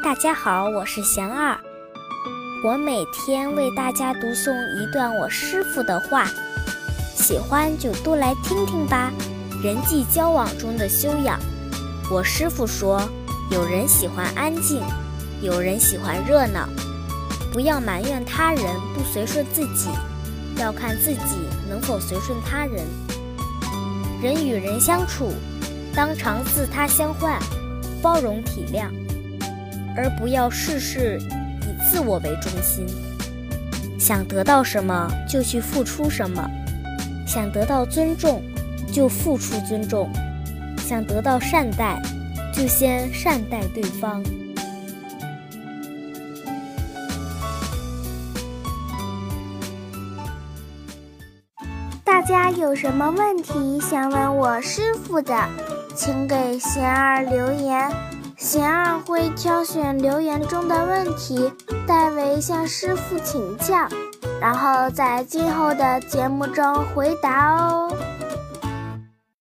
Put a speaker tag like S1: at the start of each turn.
S1: 大家好，我是贤儿。我每天为大家读诵一段我师父的话，喜欢就多来听听吧。人际交往中的修养，我师父说，有人喜欢安静，有人喜欢热闹。不要埋怨他人不随顺自己，要看自己能否随顺他人。人与人相处，当常自他相换，包容体谅，而不要事事以自我为中心。想得到什么就去付出什么，想得到尊重就付出尊重，想得到善待就先善待对方。
S2: 大家有什么问题想问我师父的，请给贤儿留言，贤儿会挑选留言中的问题，代为向师父请教，然后在今后的节目中回答哦。